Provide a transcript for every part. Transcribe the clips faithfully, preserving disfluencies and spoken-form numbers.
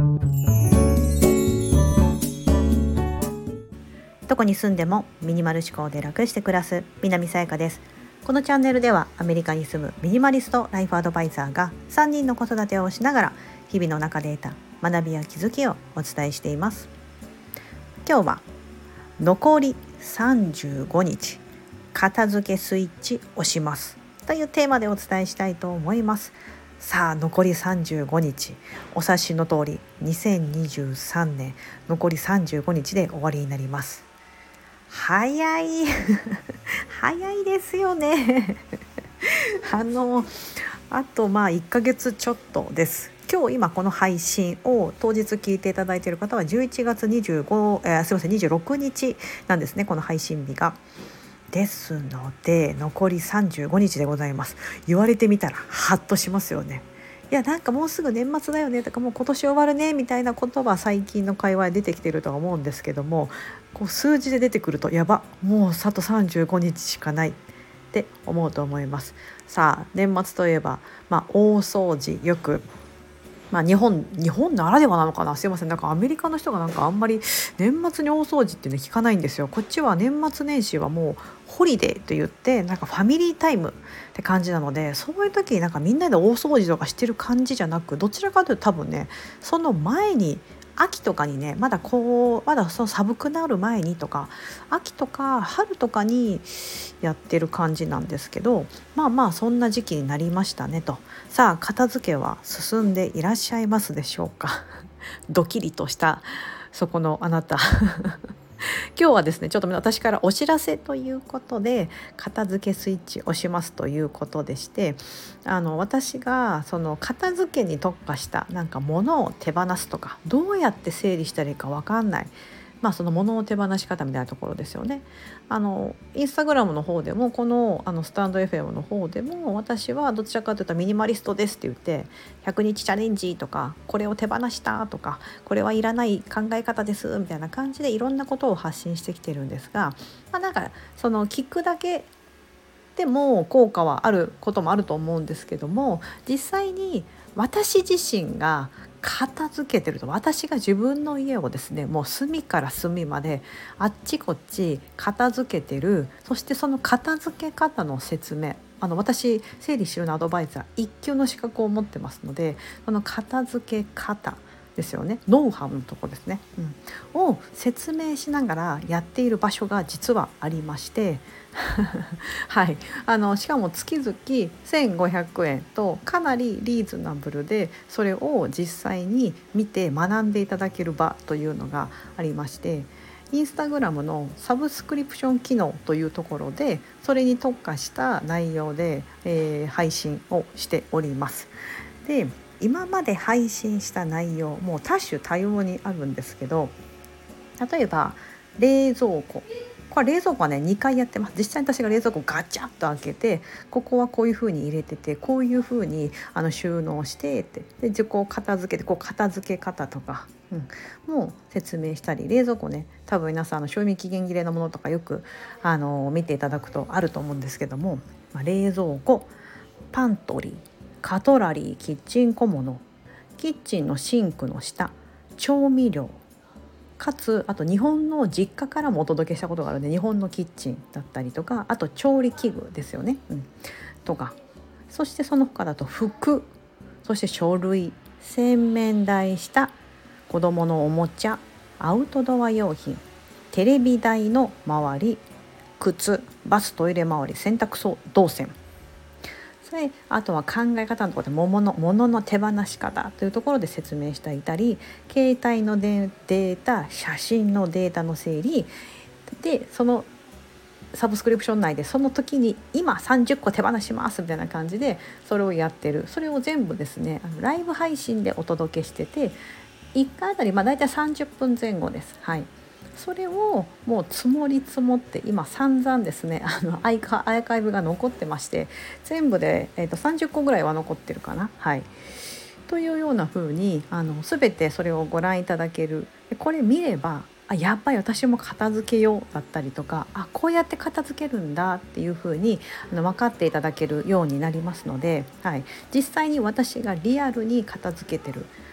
どこに住んでもミニマル思考で楽して暮らす南さやかです。このチャンネルではアメリカに住むミニマリストライフアドバイザーがさんにんの子育てをしながら日々の中で得た学びや気づきをお伝えしています。今日は残りさんじゅうごにち片付けスイッチ押しますというテーマでお伝えしたいと思います。さあ残りさんじゅうごにち、お察しの通りにせんにじゅうさんねん残りさんじゅうごにちで終わりになります。早い早いですよねあのあとまあいっかげつちょっとです。今日今この配信を当日聞いていただいている方はじゅういちがつにじゅうご、えー、すいませんにじゅうろくにちなんですね、この配信日が。ですので残りさんじゅうごにちでございます。言われてみたらハッとしますよね。いやなんかもうすぐ年末だよねとか、もう今年終わるねみたいな言葉最近の会話で出てきてるとは思うんですけども、こう数字で出てくるとやば、もうあとさんじゅうごにちしかないって思うと思います。さあ年末といえば、まあ、大掃除、よくまあ、日本日本ならではなのかな、すいません、なんかアメリカの人がなんかあんまり年末に大掃除ってね聞かないんですよ。こっちは年末年始はもうホリデーと言って、なんかファミリータイムって感じなので、そういう時になんかみんなで大掃除とかしてる感じじゃなく、どちらかというと多分ねその前に秋とかにね、まだこうまだその寒くなる前にとか、秋とか春とかにやってる感じなんですけど、まあまあそんな時期になりましたねと。さあ片付けは進んでいらっしゃいますでしょうかドキリとしたそこのあなた今日はですねちょっと私からお知らせということで、片付けスイッチ押しますということでして、あの私がその片付けに特化したなんか物を手放すとか、どうやって整理したらいいか分かんない、まあその物の手放し方みたいなところですよね。あのインスタグラムの方でもこのあのスタンド エフエム の方でも、私はどちらかというとミニマリストですって言ってひゃくにちチャレンジとか、これを手放したとか、これはいらない考え方ですみたいな感じでいろんなことを発信してきてるんですが、まあ、なんかその聞くだけでも効果はあることもあると思うんですけども、実際に私自身が片付けてると、私が自分の家をですねもう隅から隅まであっちこっち片付けてる、そしてその片付け方の説明、あの私整理収納アドバイザーいっ級の資格を持ってますので、その片付け方ですよね、ノウハウのとこですね、うん、を説明しながらやっている場所が実はありましてはい、あのしかも月々せんごひゃくえんとかなりリーズナブルで、それを実際に見て学んでいただける場というのがありまして、インスタグラムのサブスクリプション機能というところでそれに特化した内容で、えー、配信をしております。で今まで配信した内容も多種多様にあるんですけど、例えば冷蔵庫、これ冷蔵庫はねにかいやってます。実際に私が冷蔵庫をガチャッと開けて、ここはこういう風に入れてて、こういう風にあの収納してって、で自己片付けてこう片付け方とか、うん、もう説明したり、冷蔵庫ね多分皆さんあの賞味期限切れのものとかよくあの見ていただくとあると思うんですけども、まあ、冷蔵庫、パントリー、カトラリー、キッチン小物、キッチンのシンクの下、調味料、かつあと日本の実家からもお届けしたことがあるので、日本のキッチンだったりとか、あと調理器具ですよね、うん、とか、そしてその他だと服、そして書類、洗面台下、子どものおもちゃ、アウトドア用品、テレビ台の周り、靴、バストイレ周り、洗濯動線、であとは考え方のところで物の、物の手放し方というところで説明していたり、携帯のデータ、写真のデータの整理で、そのサブスクリプション内でその時に今さんじゅっこ手放しますみたいな感じでそれをやってる、それを全部ですねあのライブ配信でお届けしてて、いっかいあたりまあ大体さんじゅっぷんぜん後です。はい、それをもう積もり積もって今散々ですねあのアイカ、アーカイブが残ってまして、全部で、えー、とさんじゅっこぐらいは残ってるかな、はい、というような風にあの全てそれをご覧いただける。でこれ見れば、あやっぱり私も片付けようだったりとか、あこうやって片付けるんだっていう風にあの分かっていただけるようになりますので、はい、実際に私がリアルに片付けてる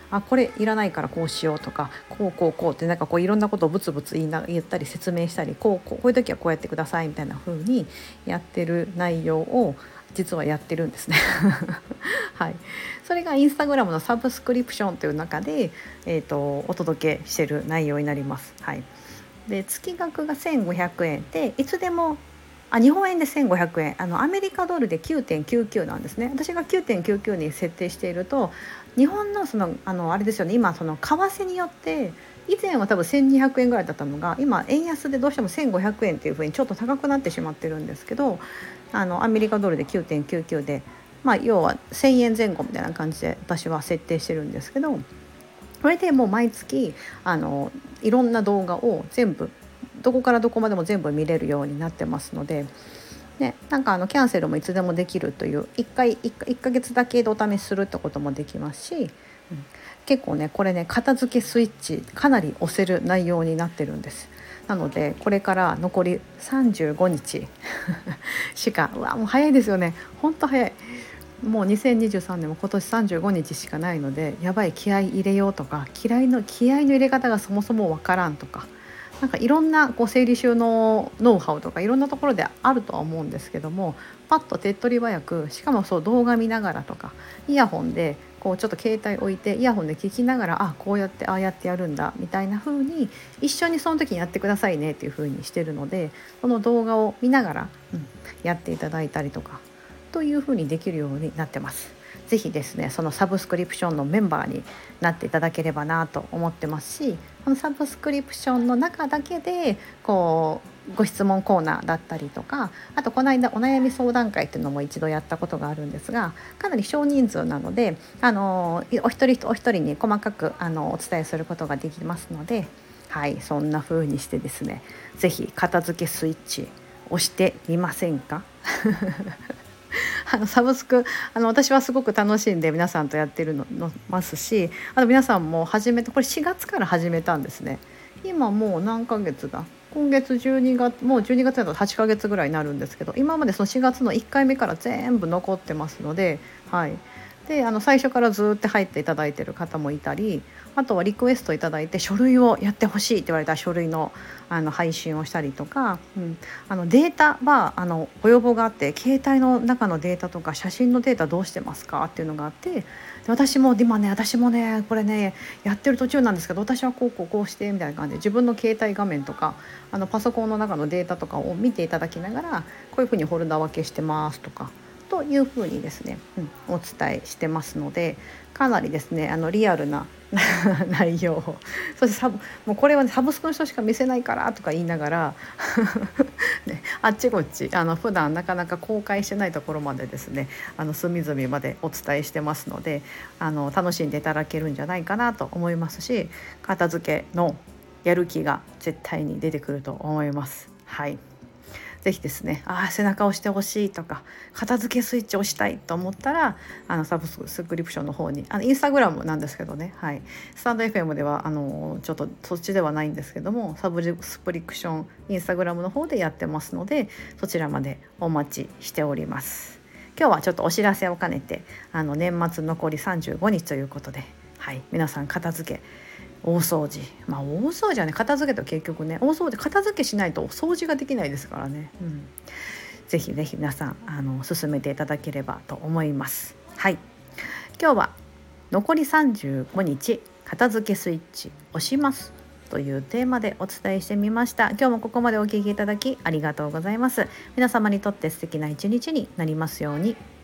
あこれいらないからこうしようとか、こうこうこうってなんかこういろんなことをブツブツ言いな言ったり説明したり、こうこうこういう時はこうやってくださいみたいな風にやってる内容を実はやってるんですねはい、それがインスタグラムのサブスクリプションという中で、えーと、お届けしている内容になります。はい、で月額がせんごひゃくえんで、いつでもあ日本円でせんごひゃくえん、あのアメリカドルで きゅうてんきゅうきゅう なんですね。私が きゅうてんきゅうきゅう に設定していると、日本のそのあのあれですよね、今その為替によって以前は多分せんにひゃくえんぐらいだったのが、今円安でどうしてもせんごひゃくえんっていう風にちょっと高くなってしまってるんですけど、あのアメリカドルで きゅうてんきゅうきゅう で、まあ、要はせんえんぜん後みたいな感じで私は設定してるんですけど、これでもう毎月あのいろんな動画を全部どこからどこまでも全部見れるようになってますので、ね、なんかあのキャンセルもいつでもできるという、いっかい 1, いっかげつだけでお試しするってこともできますし、うん、結構ねこれね片付けスイッチかなり押せる内容になってるんです。なのでこれから残りさんじゅうごにちしか、うわもう早いですよね、ほんと早い。もうにせんにじゅうさんねんも今年さんじゅうごにちしかないので、やばい気合い入れようとか、気合いの気合いの入れ方がそもそもわからんとか、なんかいろんなこう整理収納ノウハウとかいろんなところであるとは思うんですけども、パッと手っ取り早く、しかもそう動画見ながらとかイヤホンでこうちょっと携帯置いてイヤホンで聞きながら、あこうやってああやってやるんだみたいな風に一緒にその時にやってくださいねっていう風にしてるので、この動画を見ながら、うん、やっていただいたりとかという風にできるようになってます。ぜひですねそのサブスクリプションのメンバーになっていただければなと思ってますし、このサブスクリプションの中だけでこうご質問コーナーだったりとか、あとこの間お悩み相談会っていうのも一度やったことがあるんですが、かなり少人数なので、あのお一人お一人に細かくあのお伝えすることができますので、はい、そんな風にしてですね、ぜひ片付けスイッチ押してみませんかあのサブスクあの私はすごく楽しんで皆さんとやってるののますし、あと皆さんも始めて、これしがつから始めたんですね。今もう何ヶ月だ、今月じゅうにがつ、もうじゅうにがつだとはちかげつぐらいになるんですけど、今までそのしがつのいっかいめから全部残ってますので、はい、であの最初からずっと入っていただいている方もいたり、あとはリクエストいただいて書類をやってほしいって言われた書類の、あの配信をしたりとか、うん、あのデータはあのご要望があって、携帯の中のデータとか写真のデータどうしてますかっていうのがあって、で私も今ね私もねこれねやってる途中なんですけど、私はこうこうこうしてみたいな感じで自分の携帯画面とかあのパソコンの中のデータとかを見ていただきながら、こういうふうにフォルダ分けしてますとかというふうにですね、うん、お伝えしてますので、かなりですねあのリアルな内容を、そしてサブもうこれは、ね、サブスクの人しか見せないからとか言いながら、ね、あっちこっちあの普段なかなか公開してないところまでですね、あの隅々までお伝えしてますので、あの楽しんでいただけるんじゃないかなと思いますし、片付けのやる気が絶対に出てくると思います。はい、ぜひですね、あ背中を押してほしいとか片付けスイッチを押したいと思ったら、あのサブスクリプションの方に、あのインスタグラムなんですけどね、はい、スタンド エフエム ではあのちょっとそっちではないんですけども、サブスクリプションインスタグラムの方でやってますので、そちらまでお待ちしております。今日はちょっとお知らせを兼ねて、あの年末残りさんじゅうごにちということで、はい、皆さん片付け大掃除、まあ大掃除はね片付けと結局ね、大掃除片付けしないと掃除ができないですからね、うん、ぜひぜひ皆さんあの進めていただければと思います。はい、今日は残りさんじゅうごにち片付けスイッチ押しますというテーマでお伝えしてみました。今日もここまでお聞きいただきありがとうございます。皆様にとって素敵な一日になりますように。